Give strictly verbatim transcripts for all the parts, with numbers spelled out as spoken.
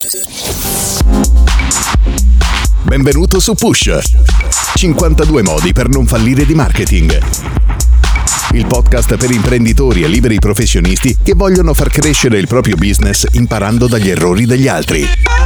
Benvenuto su Push. cinquantadue modi per non fallire di marketing. Il podcast per imprenditori e liberi professionisti che vogliono far crescere il proprio business imparando dagli errori degli altri.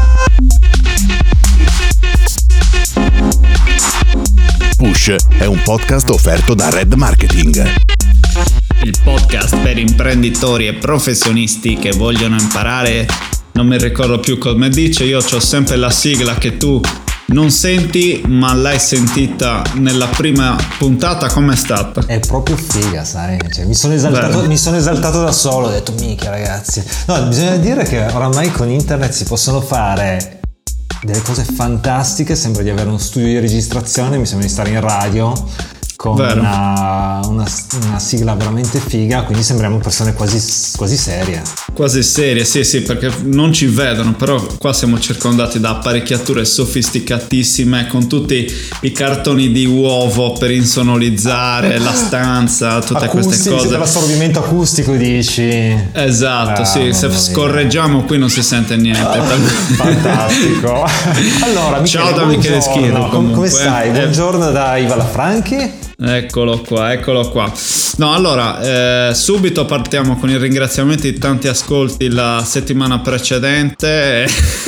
Push è un podcast offerto da Red Marketing. Il podcast per imprenditori e professionisti che vogliono imparare. Non mi ricordo più come dice, io ho sempre la sigla che tu non senti, ma l'hai sentita nella prima puntata. Com'è stata? È proprio figa, sai? Cioè, mi sono esaltato, mi sono esaltato da solo, ho detto mica ragazzi. No, bisogna dire che oramai con internet si possono fare delle cose fantastiche. Sembra di avere uno studio di registrazione, mi sembra di stare in radio con una, una, una sigla veramente figa, quindi sembriamo persone quasi, quasi serie. Quasi serie, sì sì, perché non ci vedono, però qua siamo circondati da apparecchiature sofisticatissime con tutti i cartoni di uovo per insonorizzare la stanza, tutte Acustici, queste cose. Per l'assorbimento acustico dici? Esatto, ah, sì, se scorreggiamo qui non si sente niente. Ah, fantastico. Allora, Michele, ciao da Michele Schirru. Come stai? Buongiorno da Iva Lafranchi. Eccolo qua, eccolo qua. No, allora, eh, subito partiamo con i ringraziamenti di tanti ascolti la settimana precedente.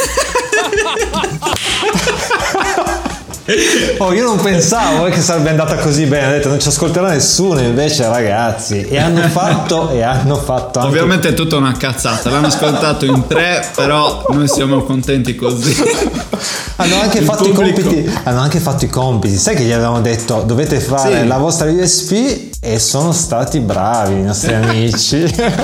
Oh, io non pensavo che sarebbe andata così bene, ho detto non ci ascolterà nessuno, invece ragazzi, e hanno fatto e hanno fatto anche... Ovviamente è tutta una cazzata, l'hanno ascoltato in tre, però noi siamo contenti così. Hanno anche, fatto i compiti, hanno anche fatto i compiti, sai che gli avevamo detto dovete fare sì. la vostra U S P, e sono stati bravi i nostri amici.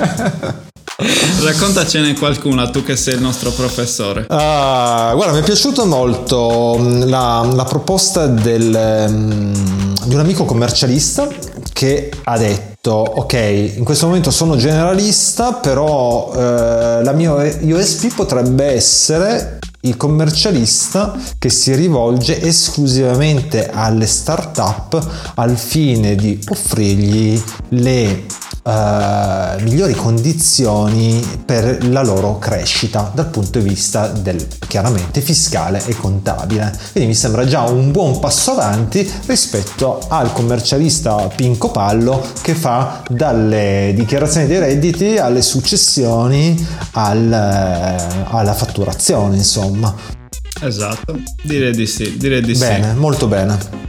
Raccontacene qualcuna, tu che sei il nostro professore. Uh, guarda, mi è piaciuto molto la, la proposta del, um, di un amico commercialista che ha detto ok, in questo momento sono generalista, però uh, la mia U S P potrebbe essere il commercialista che si rivolge esclusivamente alle start-up al fine di offrirgli le Uh, migliori condizioni per la loro crescita dal punto di vista del chiaramente fiscale e contabile. Quindi mi sembra già un buon passo avanti rispetto al commercialista Pinco Pallo che fa dalle dichiarazioni dei redditi alle successioni al, alla fatturazione, insomma. Esatto, direi di sì, direi di bene, sì. Molto bene.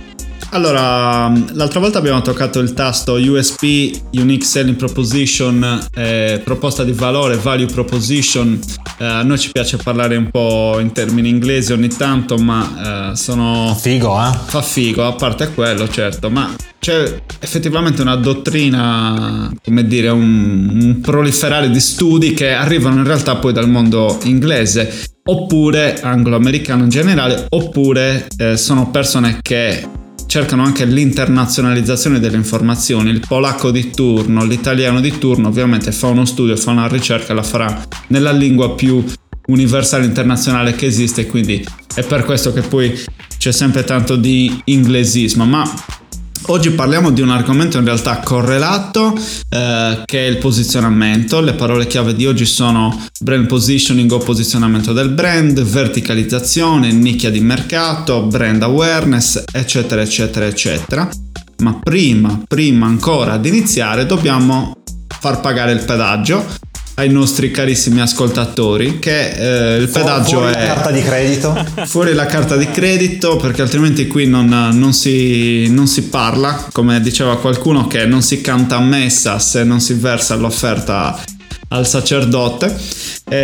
Allora, l'altra volta abbiamo toccato il tasto U S P, Unique Selling Proposition, eh, proposta di valore, Value Proposition. Eh, a noi ci piace parlare un po' in termini inglesi ogni tanto, ma eh, sono... Figo, eh? Fa figo, a parte quello, certo, ma c'è effettivamente una dottrina, come dire, un, un proliferare di studi che arrivano in realtà poi dal mondo inglese, oppure anglo-americano in generale, oppure eh, sono persone che cercano anche l'internazionalizzazione delle informazioni. Il polacco di turno, l'italiano di turno ovviamente fa uno studio, fa una ricerca, la farà nella lingua più universale internazionale che esiste, quindi è per questo che poi c'è sempre tanto di inglesismo. Ma oggi parliamo di un argomento in realtà correlato, eh, che è il posizionamento. Le parole chiave di oggi sono brand positioning o posizionamento del brand, verticalizzazione, nicchia di mercato, brand awareness, eccetera eccetera eccetera. Ma prima, prima ancora di iniziare dobbiamo far pagare il pedaggio ai nostri carissimi ascoltatori, che eh, il pedaggio fuori è la carta di credito fuori la carta di credito, perché altrimenti qui non, non, si, non si parla, come diceva qualcuno, che non si canta a messa se non si versa l'offerta al sacerdote.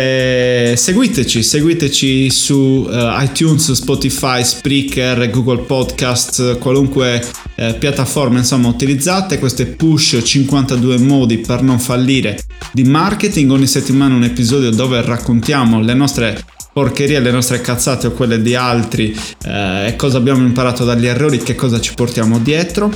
Eh, seguiteci, seguiteci su uh, iTunes, Spotify, Spreaker, Google Podcast, qualunque eh, piattaforma insomma utilizzate. Questo è Push, cinquantadue modi per non fallire di marketing. Ogni settimana un episodio dove raccontiamo le nostre porcherie, le nostre cazzate o quelle di altri, eh, e cosa abbiamo imparato dagli errori, che cosa ci portiamo dietro.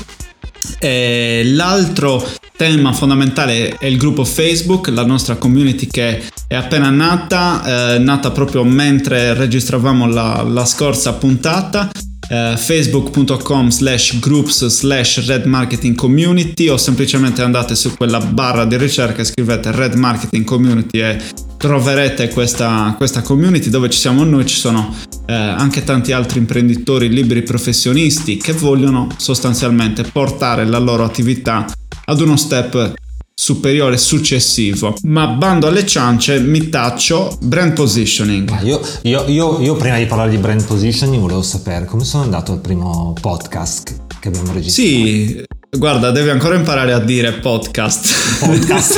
E l'altro tema fondamentale è il gruppo Facebook, la nostra community che è appena nata, eh, nata proprio mentre registravamo la, la scorsa puntata. eh, facebook punto com slash groups slash red marketing community, o semplicemente andate su quella barra di ricerca e scrivete Red Marketing Community e troverete questa, questa community dove ci siamo noi. Ci sono eh, anche tanti altri imprenditori, liberi professionisti che vogliono sostanzialmente portare la loro attività ad uno step superiore, successivo. Ma bando alle ciance, mi taccio. Brand positioning. Io, io, io, io prima di parlare di brand positioning volevo sapere come sono andato al primo podcast che abbiamo registrato. Sì, guarda, devi ancora imparare a dire podcast. Podcast.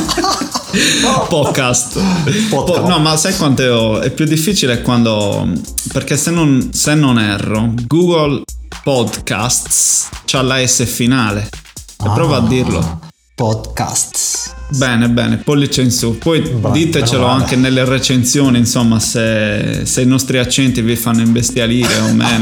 Podcast. Podcast. No, ma sai quanto è più difficile quando, perché se non, se non erro, Google Podcasts c'ha la S finale. Ah, prova a dirlo. Podcasts. Bene, bene, pollice in su. Poi Bra- ditecelo bravale. anche nelle recensioni, insomma, se, se i nostri accenti vi fanno imbestialire o meno.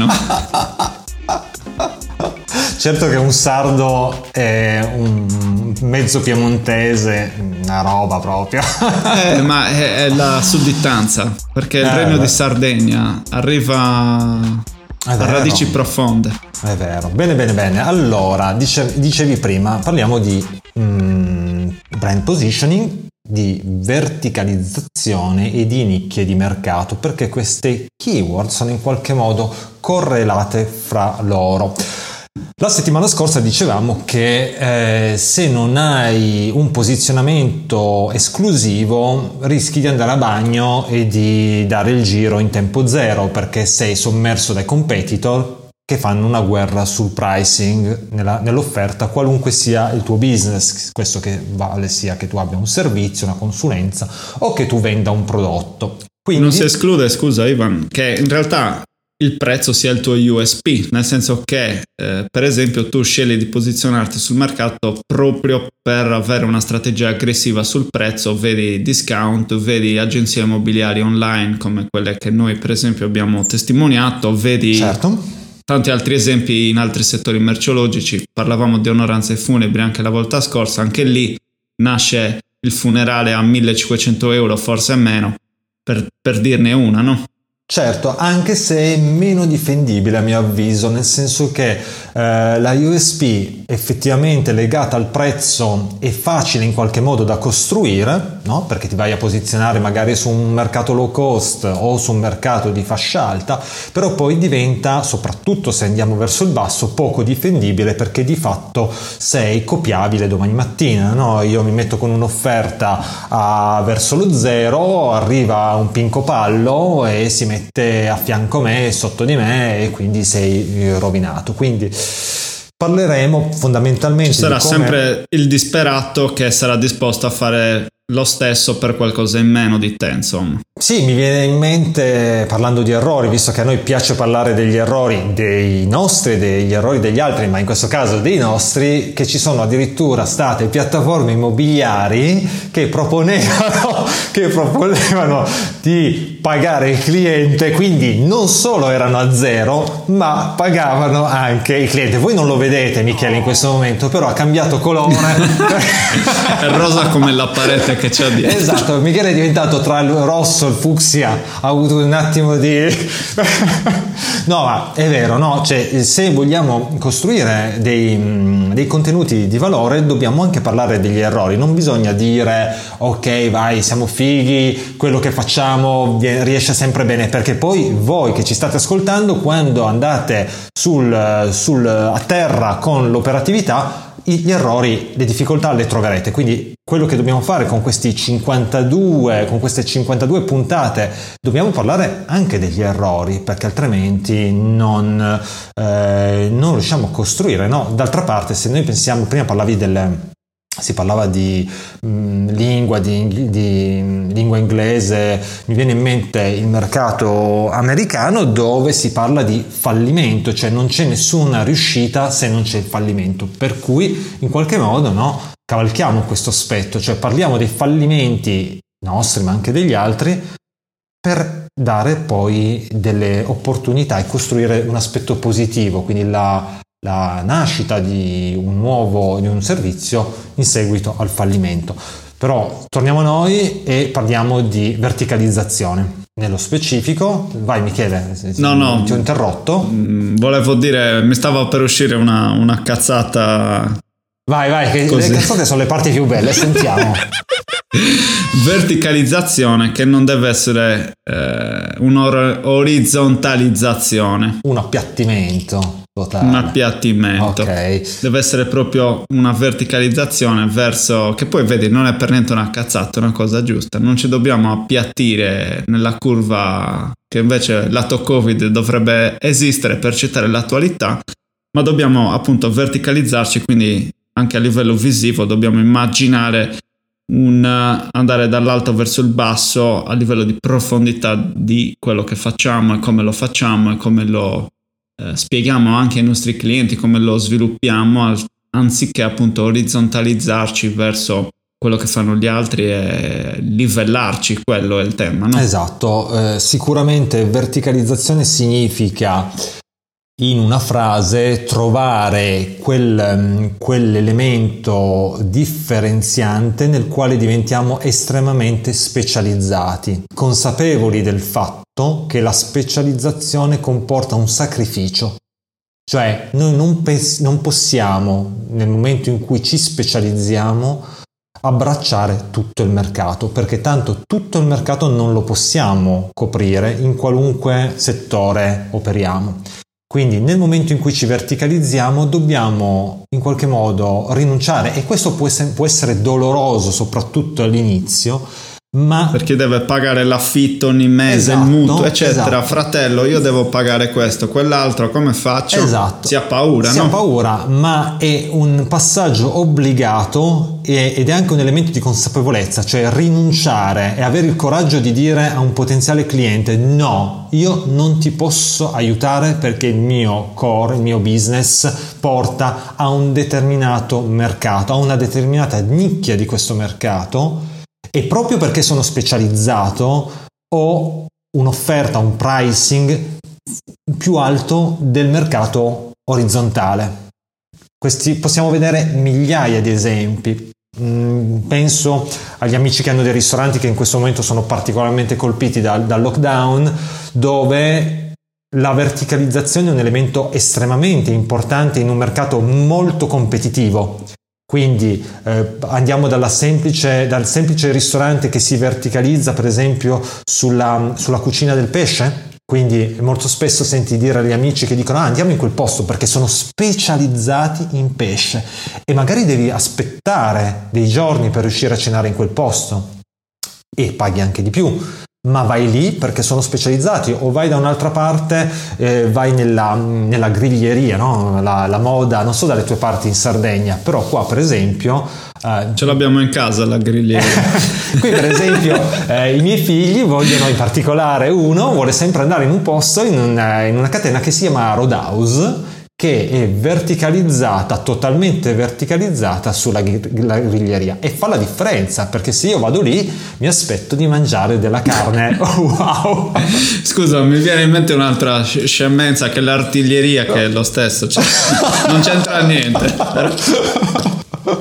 Certo che un sardo è un mezzo piemontese, una roba proprio. Eh, ma è, è la sudditanza, perché il Eh, regno beh. di Sardegna arriva È a vero. radici profonde. È vero. Bene, bene, bene. Allora, dice- dicevi prima, parliamo di mm, brand positioning, di verticalizzazione e di nicchie di mercato, perché queste keyword sono in qualche modo correlate fra loro. La settimana scorsa dicevamo che eh, se non hai un posizionamento esclusivo rischi di andare a bagno e di dare il giro in tempo zero, perché sei sommerso dai competitor che fanno una guerra sul pricing nella, nell'offerta, qualunque sia il tuo business. Questo che vale sia che tu abbia un servizio, una consulenza o che tu venda un prodotto. Quindi Non si esclude, scusa Ivan, che in realtà il prezzo sia il tuo U S P, nel senso che eh, per esempio tu scegli di posizionarti sul mercato proprio per avere una strategia aggressiva sul prezzo, vedi discount, vedi agenzie immobiliari online come quelle che noi per esempio abbiamo testimoniato, vedi certo. tanti altri esempi in altri settori merceologici. Parlavamo di onoranze funebri anche la volta scorsa, anche lì nasce il funerale a millecinquecento euro, forse meno, per, per dirne una, no? Certo, anche se è meno difendibile a mio avviso, nel senso che eh, la U S P effettivamente legata al prezzo è facile in qualche modo da costruire, no? Perché ti vai a posizionare magari su un mercato low cost o su un mercato di fascia alta, però poi diventa, soprattutto se andiamo verso il basso, poco difendibile, perché di fatto sei copiabile domani mattina, no? Io mi metto con un'offerta a, verso lo zero, arriva un pinco pallo e si mette a fianco me, sotto di me, e quindi sei rovinato. Quindi parleremo fondamentalmente Ci sarà di come... sempre il disperato che sarà disposto a fare lo stesso per qualcosa in meno di te, insomma. Sì, mi viene in mente, parlando di errori, visto che a noi piace parlare degli errori dei nostri e degli errori degli altri, ma in questo caso dei nostri, che ci sono addirittura state piattaforme immobiliari che proponevano, che proponevano di pagare il cliente, quindi non solo erano a zero, ma pagavano anche il cliente. Voi non lo vedete, Michele, in questo momento, però ha cambiato colore. È rosa come la parete che c'è dietro. Esatto, Michele è diventato tra il rosso e il fucsia, ha avuto un attimo di... No, ma è vero, no? Cioè, se vogliamo costruire dei, dei contenuti di valore, dobbiamo anche parlare degli errori. Non bisogna dire, ok, vai, siamo fighi, quello che facciamo riesce sempre bene, perché poi voi che ci state ascoltando, quando andate sul, sul, a terra con l'operatività, gli errori, le difficoltà le troverete. Quindi quello che dobbiamo fare con questi cinquantadue, con queste cinquantadue puntate, dobbiamo parlare anche degli errori, perché altrimenti non, eh, non riusciamo a costruire, no? D'altra parte, se noi pensiamo, prima parlavi delle... si parlava di mh, lingua, di, di lingua inglese, mi viene in mente il mercato americano dove si parla di fallimento, cioè non c'è nessuna riuscita se non c'è il fallimento, per cui in qualche modo, no, cavalchiamo questo aspetto, cioè parliamo dei fallimenti nostri ma anche degli altri per dare poi delle opportunità e costruire un aspetto positivo, quindi la la nascita di un nuovo di un servizio in seguito al fallimento. Però torniamo a noi e parliamo di verticalizzazione. nello specifico. Vai Michele, no, no, ti ho interrotto. Volevo dire, mi stava per uscire una, una cazzata. Vai, vai, che le cazzate sono le parti più belle, sentiamo. Verticalizzazione che non deve essere eh, un'orizzontalizzazione. Un appiattimento totale. Un appiattimento. Ok. Deve essere proprio una verticalizzazione verso, che poi vedi non è per niente una cazzata, è una cosa giusta. Non ci dobbiamo appiattire nella curva che invece lato Covid dovrebbe esistere per citare l'attualità, ma dobbiamo appunto verticalizzarci, quindi anche a livello visivo dobbiamo immaginare un andare dall'alto verso il basso a livello di profondità di quello che facciamo e come lo facciamo e come lo eh, spieghiamo anche ai nostri clienti, come lo sviluppiamo, al, anziché appunto orizzontalizzarci verso quello che fanno gli altri e livellarci. Quello è il tema, no? Esatto, eh, sicuramente verticalizzazione significa, in una frase, trovare quel, quell'elemento differenziante nel quale diventiamo estremamente specializzati, consapevoli del fatto che la specializzazione comporta un sacrificio. Cioè noi non, pens- non possiamo, nel momento in cui ci specializziamo, abbracciare tutto il mercato, perché tanto tutto il mercato non lo possiamo coprire in qualunque settore operiamo. Quindi nel momento in cui ci verticalizziamo dobbiamo in qualche modo rinunciare, e questo può essere, può essere doloroso soprattutto all'inizio, ma perché deve pagare l'affitto ogni mese, esatto, il mutuo eccetera, esatto. Fratello, io devo pagare questo, quell'altro, come faccio? Esatto. Si ha paura, si no? ha paura, ma è un passaggio obbligato ed è anche un elemento di consapevolezza, cioè rinunciare e avere il coraggio di dire a un potenziale cliente: no, io non ti posso aiutare perché il mio core, il mio business porta a un determinato mercato, a una determinata nicchia di questo mercato, e proprio perché sono specializzato ho un'offerta, un pricing più alto del mercato orizzontale. Questi possiamo vedere migliaia di esempi. Penso agli amici che hanno dei ristoranti che in questo momento sono particolarmente colpiti dal, dal lockdown, dove la verticalizzazione è un elemento estremamente importante in un mercato molto competitivo. Quindi eh, andiamo dalla semplice, dal semplice ristorante che si verticalizza per esempio sulla, sulla cucina del pesce. Quindi molto spesso senti dire agli amici che dicono: ah, andiamo in quel posto perché sono specializzati in pesce, e magari devi aspettare dei giorni per riuscire a cenare in quel posto e paghi anche di più, ma vai lì perché sono specializzati. O vai da un'altra parte, eh, vai nella, nella griglieria, no? la, la moda, non so dalle tue parti in Sardegna, però qua per esempio Uh, ce l'abbiamo in casa la grigliera. Qui per esempio eh, i miei figli vogliono, in particolare uno vuole sempre andare in un posto, in una, in una catena che si chiama Roadhouse, che è verticalizzata, totalmente verticalizzata sulla la griglieria, e fa la differenza, perché se io vado lì mi aspetto di mangiare della carne. Wow. Scusa, mi viene in mente un'altra scemenza, che l'artiglieria, che è lo stesso, cioè, non c'entra niente.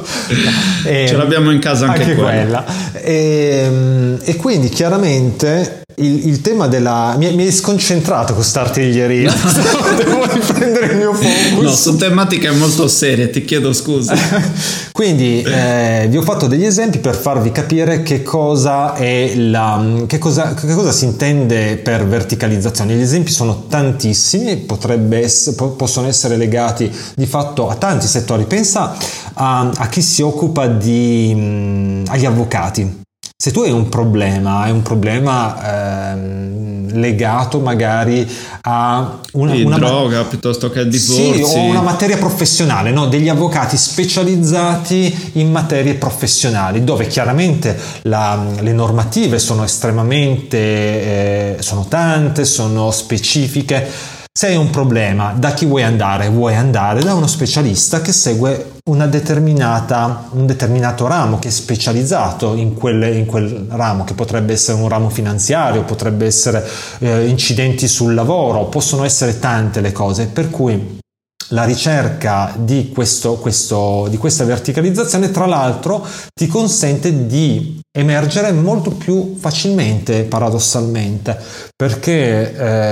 E, ce l'abbiamo in casa anche, anche quella, quella. E, e quindi chiaramente il, il tema della mi, mi è sconcentrato questa artiglieria. Devo riprendere il mio focus. No, sono tematiche molto serie, ti chiedo scusa. Quindi eh, vi ho fatto degli esempi per farvi capire che cosa è la che cosa, che cosa si intende per verticalizzazione. Gli esempi sono tantissimi, potrebbe essere, possono essere legati di fatto a tanti settori. Pensa a, a chi si occupa di mh, agli avvocati. Se tu hai un problema, hai un problema ehm, legato magari a una, sì, una droga ma- piuttosto che divorzi, sì, o una materia professionale, no? Degli avvocati specializzati in materie professionali, dove chiaramente la, le normative sono estremamente eh, sono tante, sono specifiche. Se hai un problema, da chi vuoi andare? Vuoi andare da uno specialista che segue una determinata, un determinato ramo, che è specializzato in quel, in quel ramo, che potrebbe essere un ramo finanziario, potrebbe essere eh, incidenti sul lavoro, possono essere tante le cose, per cui la ricerca di, questo, questo, di questa verticalizzazione, tra l'altro, ti consente di emergere molto più facilmente, paradossalmente, perché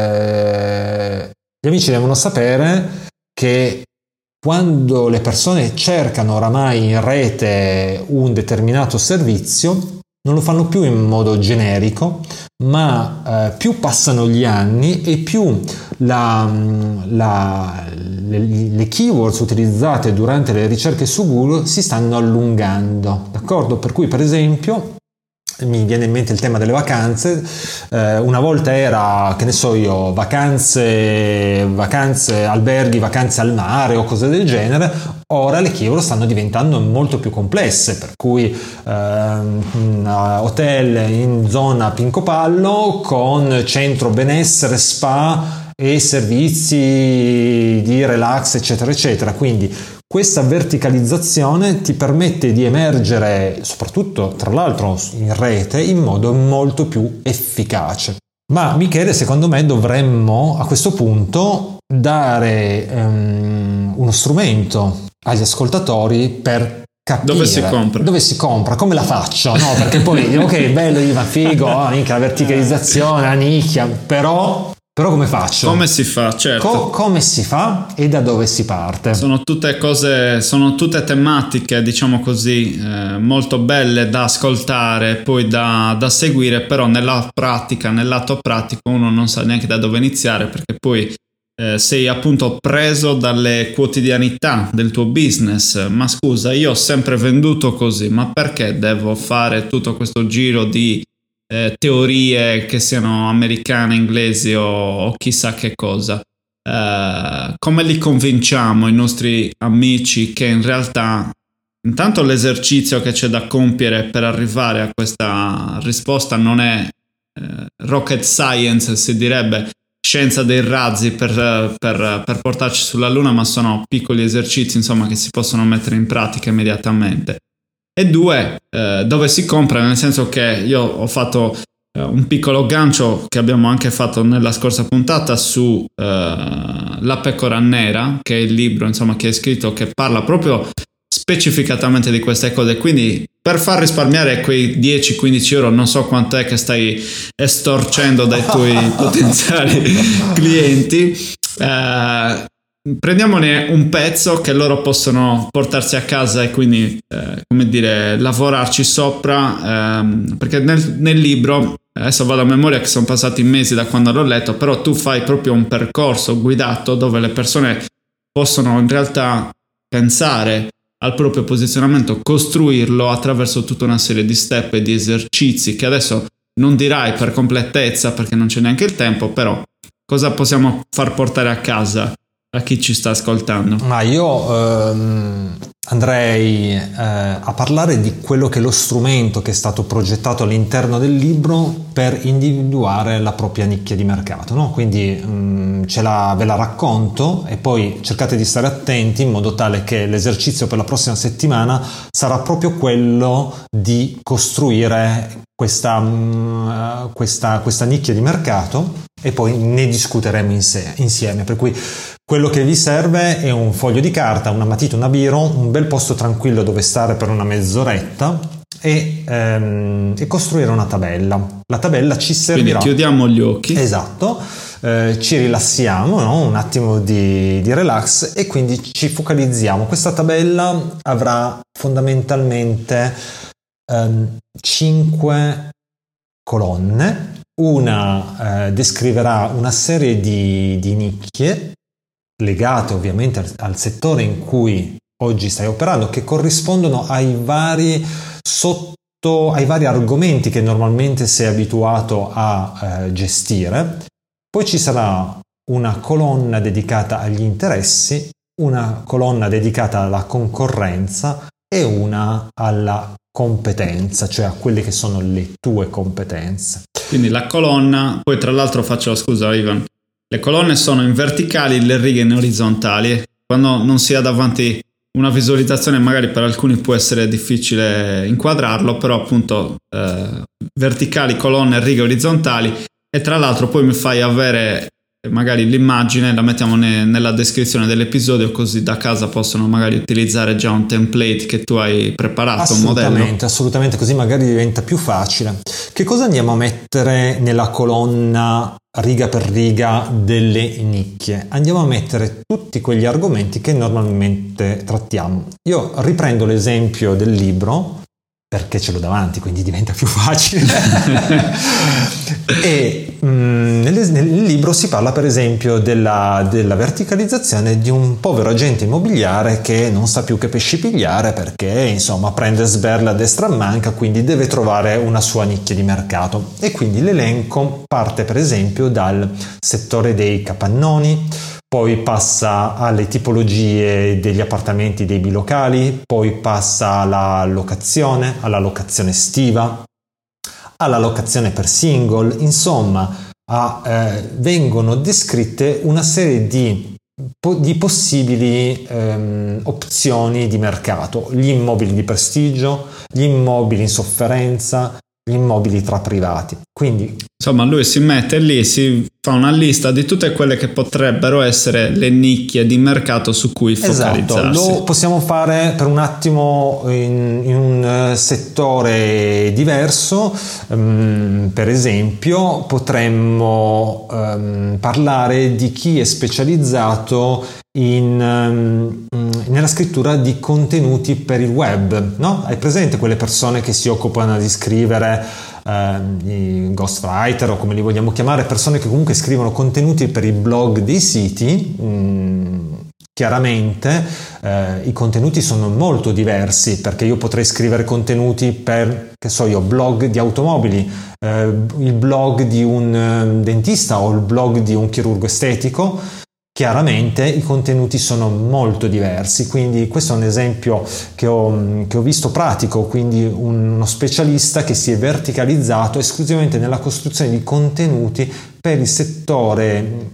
eh, gli amici devono sapere che quando le persone cercano oramai in rete un determinato servizio, non lo fanno più in modo generico, ma eh, più passano gli anni e più la, la, le, le keywords utilizzate durante le ricerche su Google si stanno allungando, d'accordo? Per cui, per esempio, mi viene in mente il tema delle vacanze. Eh, una volta era, che ne so io, vacanze, vacanze, alberghi, vacanze al mare o cose del genere. Ora le keyword stanno diventando molto più complesse, per cui ehm, hotel in zona Pincopallo con centro benessere, spa e servizi di relax, eccetera eccetera. Quindi questa verticalizzazione ti permette di emergere, soprattutto tra l'altro in rete, in modo molto più efficace. Ma Michele, secondo me dovremmo a questo punto dare um, uno strumento agli ascoltatori per capire dove si compra, dove si compra, come la faccio, no? Perché poi ok, bello, ma figo, oh, minchia, la verticalizzazione, la nicchia, però Però come faccio? Come si fa, certo. Co- come si fa e da dove si parte? Sono tutte cose, sono tutte tematiche, diciamo così, eh, molto belle da ascoltare, poi da, da seguire, però nella pratica, nel lato pratico, uno non sa neanche da dove iniziare, perché poi eh, sei appunto preso dalle quotidianità del tuo business. Ma scusa, io ho sempre venduto così, ma perché devo fare tutto questo giro di Eh, teorie che siano americane, inglesi o, o chissà che cosa? Eh, come li convinciamo i nostri amici che in realtà intanto l'esercizio che c'è da compiere per arrivare a questa risposta non è eh, rocket science, si direbbe scienza dei razzi per, per, per portarci sulla luna, ma sono piccoli esercizi, insomma, che si possono mettere in pratica immediatamente. E due, eh, dove si compra, nel senso che io ho fatto eh, un piccolo gancio che abbiamo anche fatto nella scorsa puntata su eh, La pecora nera, che è il libro, insomma, che è scritto, che parla proprio specificatamente di queste cose. Quindi per far risparmiare quei dieci quindici euro, non so quanto è che stai estorcendo dai tuoi potenziali clienti, eh, prendiamone un pezzo che loro possono portarsi a casa e quindi, eh, come dire, lavorarci sopra, ehm, perché nel, nel libro, adesso vado a memoria che sono passati mesi da quando l'ho letto, però tu fai proprio un percorso guidato dove le persone possono in realtà pensare al proprio posizionamento, costruirlo attraverso tutta una serie di step e di esercizi che adesso non dirai per completezza perché non c'è neanche il tempo, però cosa possiamo far portare a casa a chi ci sta ascoltando? Ma io ehm, andrei eh, a parlare di quello che è lo strumento che è stato progettato all'interno del libro per individuare la propria nicchia di mercato, no? Quindi mh, ce la, ve la racconto e poi cercate di stare attenti in modo tale che l'esercizio per la prossima settimana sarà proprio quello di costruire questa, mh, questa, questa nicchia di mercato e poi ne discuteremo in sé, insieme. Per cui quello che vi serve è un foglio di carta, una matita, una biro, un bel posto tranquillo dove stare per una mezz'oretta e, ehm, e costruire una tabella. La tabella ci servirà. Quindi chiudiamo gli occhi. Esatto, eh, ci rilassiamo, no? Un attimo di, di relax e quindi ci focalizziamo. Questa tabella avrà fondamentalmente ehm, cinque colonne. Una eh, descriverà una serie di, di nicchie legate ovviamente al, al settore in cui oggi stai operando, che corrispondono ai vari sotto ai vari argomenti che normalmente sei abituato a eh, gestire. Poi ci sarà una colonna dedicata agli interessi, una colonna dedicata alla concorrenza e una alla competenza, cioè a quelle che sono le tue competenze. Quindi la colonna, poi tra l'altro faccio, scusa Ivan, le colonne sono in verticali, le righe in orizzontali. Quando non si ha davanti una visualizzazione magari per alcuni può essere difficile inquadrarlo, però appunto eh, verticali, colonne, righe orizzontali. E tra l'altro poi mi fai avere magari l'immagine la mettiamo ne, nella descrizione dell'episodio, così da casa possono magari utilizzare già un template che tu hai preparato, un modello. Assolutamente, assolutamente, così magari diventa più facile. Che cosa andiamo a mettere nella colonna riga per riga delle nicchie? Andiamo a mettere tutti quegli argomenti che normalmente trattiamo. Io riprendo l'esempio del libro perché ce l'ho davanti, quindi diventa più facile. E mh, nel, nel libro si parla per esempio della, della verticalizzazione di un povero agente immobiliare che non sa più che pesci pigliare perché insomma prende sberla a destra a manca, quindi deve trovare una sua nicchia di mercato. E quindi l'elenco parte per esempio dal settore dei capannoni, poi passa alle tipologie degli appartamenti dei bilocali, poi passa alla locazione, alla locazione estiva, alla locazione per single, insomma a, eh, vengono descritte una serie di, di possibili ehm, opzioni di mercato: gli immobili di prestigio, gli immobili in sofferenza, gli immobili tra privati. Quindi insomma lui si mette lì, si fa una lista di tutte quelle che potrebbero essere le nicchie di mercato su cui focalizzarsi. Esatto, lo possiamo fare per un attimo in, in un settore diverso. Um, per esempio potremmo um, parlare di chi è specializzato in, um, nella scrittura di contenuti per il web, no? Hai presente quelle persone che si occupano di scrivere i ghostwriter o come li vogliamo chiamare, persone che comunque scrivono contenuti per i blog dei siti? Mm, chiaramente eh, i contenuti sono molto diversi, perché io potrei scrivere contenuti per, che so io, blog di automobili, eh, il blog di un um, dentista o il blog di un chirurgo estetico. Chiaramente i contenuti sono molto diversi, quindi questo è un esempio che ho, che ho visto pratico, quindi uno specialista che si è verticalizzato esclusivamente nella costruzione di contenuti per il settore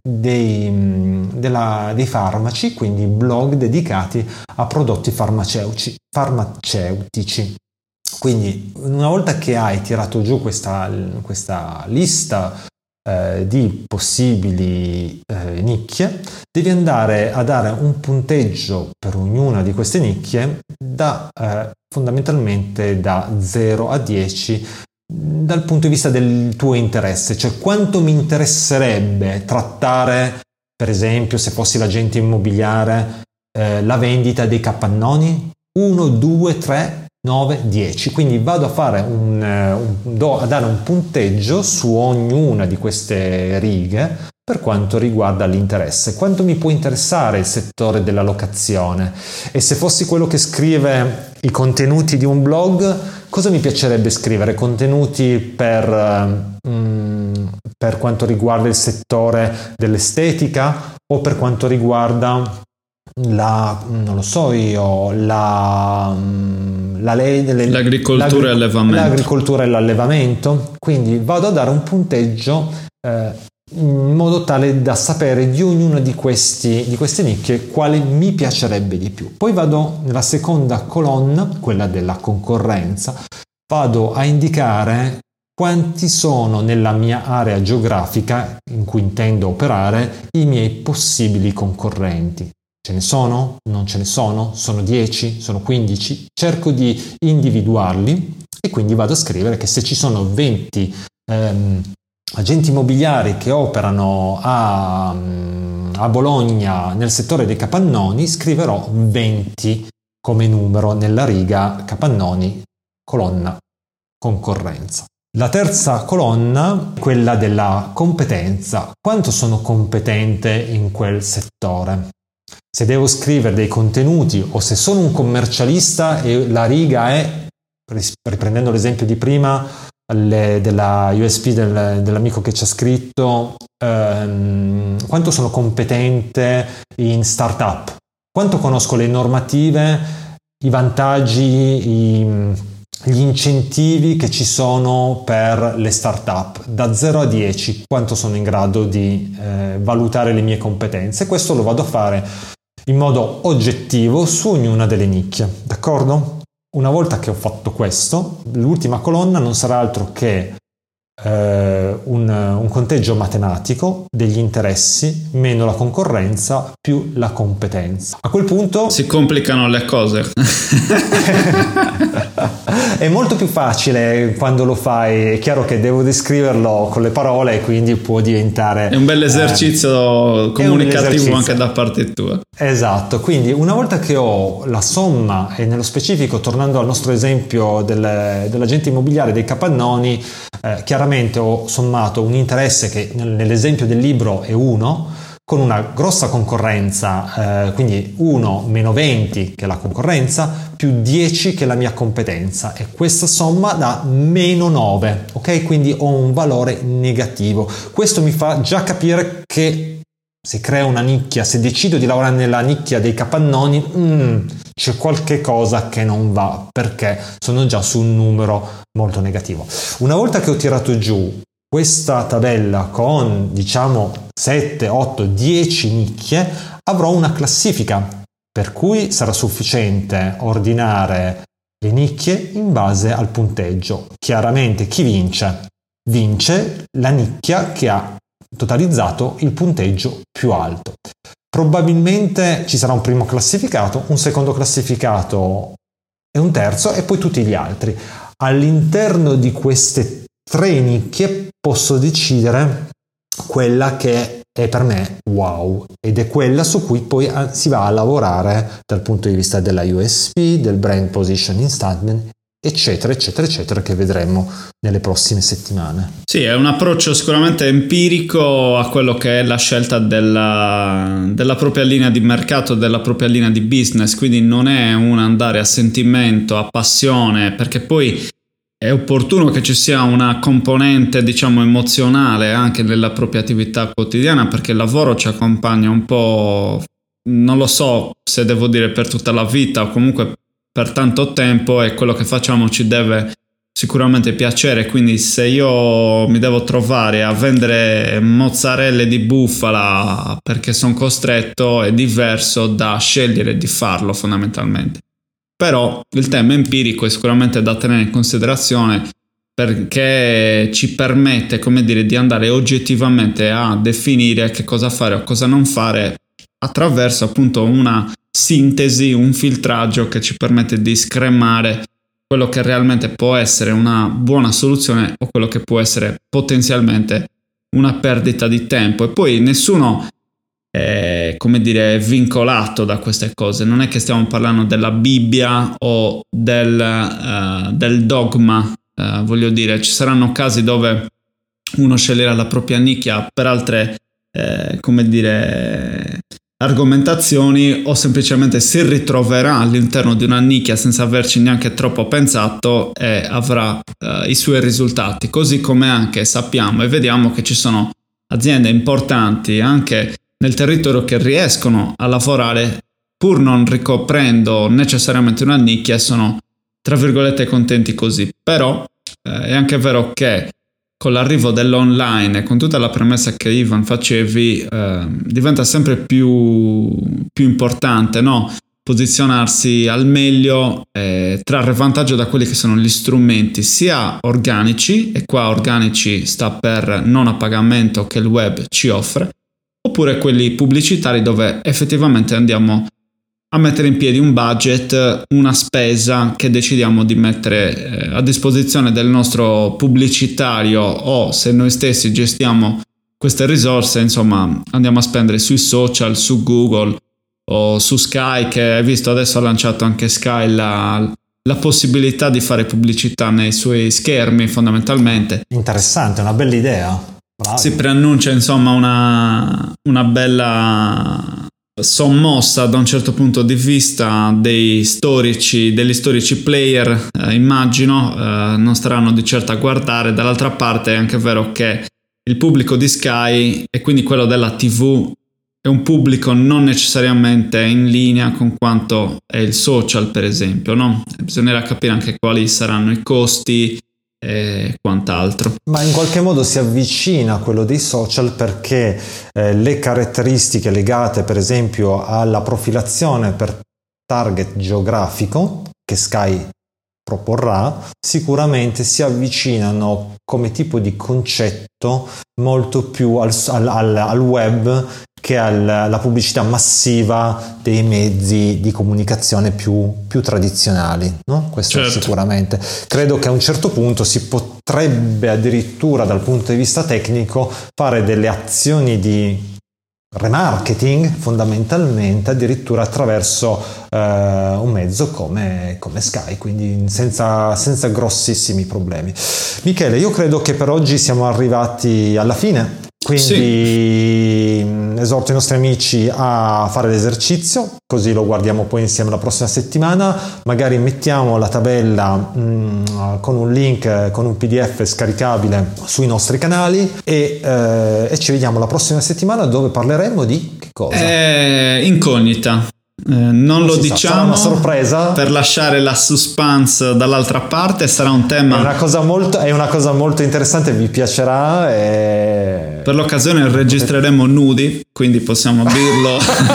dei, della, dei farmaci, quindi blog dedicati a prodotti farmaceutici. farmaceutici. Quindi una volta che hai tirato giù questa, questa lista Eh, di possibili eh, nicchie, devi andare a dare un punteggio per ognuna di queste nicchie da eh, fondamentalmente da zero a dieci dal punto di vista del tuo interesse, cioè quanto mi interesserebbe trattare, per esempio se fossi l'agente immobiliare, eh, la vendita dei capannoni. Uno, due, tre, nove, dieci. Quindi vado a fare un, un do, a dare un punteggio su ognuna di queste righe per quanto riguarda l'interesse. Quanto mi può interessare il settore della locazione? E se fossi quello che scrive i contenuti di un blog, cosa mi piacerebbe scrivere? Contenuti per, um, per quanto riguarda il settore dell'estetica o per quanto riguarda la, non lo so io, la, la lei delle, l'agricoltura e l'allevamento. L'agricoltura e l'allevamento. Quindi vado a dare un punteggio eh, in modo tale da sapere di ognuna di questi di queste nicchie quale mi piacerebbe di più. Poi vado nella seconda colonna, quella della concorrenza, vado a indicare quanti sono nella mia area geografica in cui intendo operare i miei possibili concorrenti. Ce ne sono? Non ce ne sono? Sono dieci? Sono quindici? Cerco di individuarli e quindi vado a scrivere che se ci sono venti ehm, agenti immobiliari che operano a, a Bologna nel settore dei capannoni, scriverò venti come numero nella riga capannoni, colonna concorrenza. La terza colonna, quella della competenza. Quanto sono competente in quel settore? Se devo scrivere dei contenuti o se sono un commercialista e la riga è, riprendendo l'esempio di prima le, della U S P del, dell'amico che ci ha scritto, ehm, quanto sono competente in startup, quanto conosco le normative, i vantaggi, i, gli incentivi che ci sono per le startup. Da zero a dieci quanto sono in grado di eh, valutare le mie competenze. Questo lo vado a fare in modo oggettivo su ognuna delle nicchie, d'accordo? Una volta che ho fatto questo, l'ultima colonna non sarà altro che eh, un, un conteggio matematico degli interessi meno la concorrenza più la competenza. A quel punto si complicano le cose. È molto più facile quando lo fai, è chiaro che devo descriverlo con le parole e quindi può diventare... È un bel esercizio eh, comunicativo esercizio. Anche da parte tua. Esatto, quindi una volta che ho la somma, e nello specifico tornando al nostro esempio del, dell'agente immobiliare dei capannoni, eh, chiaramente ho sommato un interesse che nell'esempio del libro è uno, con una grossa concorrenza, eh, quindi uno meno venti che è la concorrenza, più dieci che è la mia competenza, e questa somma dà meno nove, ok? Quindi ho un valore negativo. Questo mi fa già capire che se creo una nicchia, se decido di lavorare nella nicchia dei capannoni, mm, c'è qualche cosa che non va, perché sono già su un numero molto negativo. Una volta che ho tirato giù questa tabella con, diciamo, sette, otto, dieci nicchie, avrò una classifica, per cui sarà sufficiente ordinare le nicchie in base al punteggio. Chiaramente chi vince? Vince la nicchia che ha totalizzato il punteggio più alto. Probabilmente ci sarà un primo classificato, un secondo classificato e un terzo, e poi tutti gli altri. All'interno di queste tre nicchie posso decidere quella che è per me wow, ed è quella su cui poi si va a lavorare dal punto di vista della U S P, del brand positioning statement, eccetera eccetera eccetera, che vedremo nelle prossime settimane. Sì, è un approccio sicuramente empirico a quello che è la scelta della, della propria linea di mercato, della propria linea di business, quindi non è un andare a sentimento, a passione, perché poi è opportuno che ci sia una componente, diciamo, emozionale anche nella propria attività quotidiana, perché il lavoro ci accompagna un po', non lo so se devo dire per tutta la vita o comunque per tanto tempo, e quello che facciamo ci deve sicuramente piacere. Quindi se io mi devo trovare a vendere mozzarelle di bufala perché sono costretto, è diverso da scegliere di farlo fondamentalmente. Però il tema empirico è sicuramente da tenere in considerazione, perché ci permette, come dire, di andare oggettivamente a definire che cosa fare o cosa non fare attraverso appunto una sintesi, un filtraggio che ci permette di scremare quello che realmente può essere una buona soluzione o quello che può essere potenzialmente una perdita di tempo. E poi nessuno è, come dire, vincolato da queste cose. Non è che stiamo parlando della Bibbia o del, uh, del dogma, uh, voglio dire, ci saranno casi dove uno sceglierà la propria nicchia per altre, eh, come dire, argomentazioni, o semplicemente si ritroverà all'interno di una nicchia senza averci neanche troppo pensato e avrà uh, i suoi risultati. Così come anche sappiamo e vediamo che ci sono aziende importanti anche nel territorio che riescono a lavorare pur non ricoprendo necessariamente una nicchia, sono tra virgolette contenti così. Però eh, è anche vero che con l'arrivo dell'online e con tutta la premessa che Ivan facevi, eh, diventa sempre più, più importante, no? Posizionarsi al meglio, eh, trarre vantaggio da quelli che sono gli strumenti sia organici, e qua organici sta per non a pagamento che il web ci offre, oppure quelli pubblicitari dove effettivamente andiamo a mettere in piedi un budget, una spesa che decidiamo di mettere eh, a disposizione del nostro pubblicitario, o se noi stessi gestiamo queste risorse, insomma andiamo a spendere sui social, su Google o su Sky, che hai visto adesso ha lanciato anche Sky la, la possibilità di fare pubblicità nei suoi schermi fondamentalmente. Interessante, una bella idea. Bravi. Si preannuncia insomma una, una bella sommossa da un certo punto di vista dei storici, degli storici player, eh, immagino, eh, non staranno di certo a guardare. Dall'altra parte è anche vero che il pubblico di Sky e quindi quello della tivù è un pubblico non necessariamente in linea con quanto è il social, per esempio, no? Bisognerà capire anche quali saranno i costi e quant'altro. Ma in qualche modo si avvicina a quello dei social, perché eh, le caratteristiche legate per esempio alla profilazione per target geografico che Sky proporrà, sicuramente si avvicinano come tipo di concetto molto più al, al, al web che alla pubblicità massiva dei mezzi di comunicazione più, più tradizionali, no? Questo certo. Sicuramente. Credo che a un certo punto si potrebbe addirittura dal punto di vista tecnico fare delle azioni di remarketing fondamentalmente addirittura attraverso eh, un mezzo come, come Sky, quindi senza, senza grossissimi problemi. Michele, io credo che per oggi siamo arrivati alla fine. Quindi sì. Esorto i nostri amici a fare l'esercizio, così lo guardiamo poi insieme la prossima settimana. Magari mettiamo la tabella mh, con un link, con un P D F scaricabile sui nostri canali e, eh, e ci vediamo la prossima settimana dove parleremo di che cosa? Eh, incognita. Eh, non, non lo diciamo, sarà una sorpresa per lasciare la suspense dall'altra parte. Sarà un tema, è una cosa molto, è una cosa molto interessante, vi piacerà e... per l'occasione registreremo nudi, quindi possiamo dirlo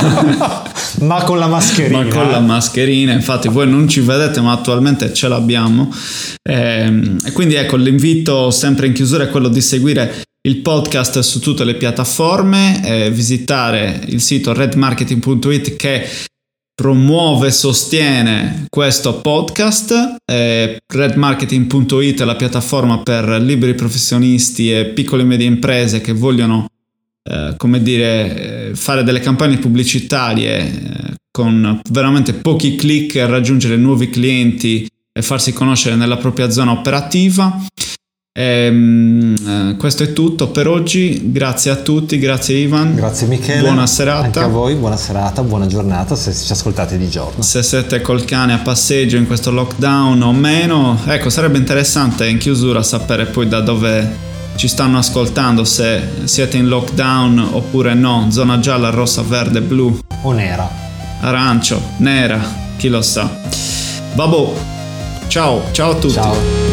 ma con la mascherina ma con la mascherina, infatti voi non ci vedete ma attualmente ce l'abbiamo, e, e quindi ecco, l'invito sempre in chiusura è quello di seguire il podcast su tutte le piattaforme, eh, visitare il sito red marketing punto it che promuove e sostiene questo podcast. eh, red marketing punto it è la piattaforma per liberi professionisti e piccole e medie imprese che vogliono eh, come dire fare delle campagne pubblicitarie eh, con veramente pochi click, raggiungere nuovi clienti e farsi conoscere nella propria zona operativa. E, eh, questo è tutto per oggi, grazie a tutti, grazie Ivan, grazie Michele, buona serata anche a voi, buona serata, buona giornata se ci ascoltate di giorno, se siete col cane a passeggio in questo lockdown o meno. Ecco, sarebbe interessante in chiusura sapere poi da dove ci stanno ascoltando, se siete in lockdown oppure no, zona gialla, rossa, verde, blu o nera, arancio, nera, chi lo sa. Vabbè, ciao, ciao a tutti. Ciao.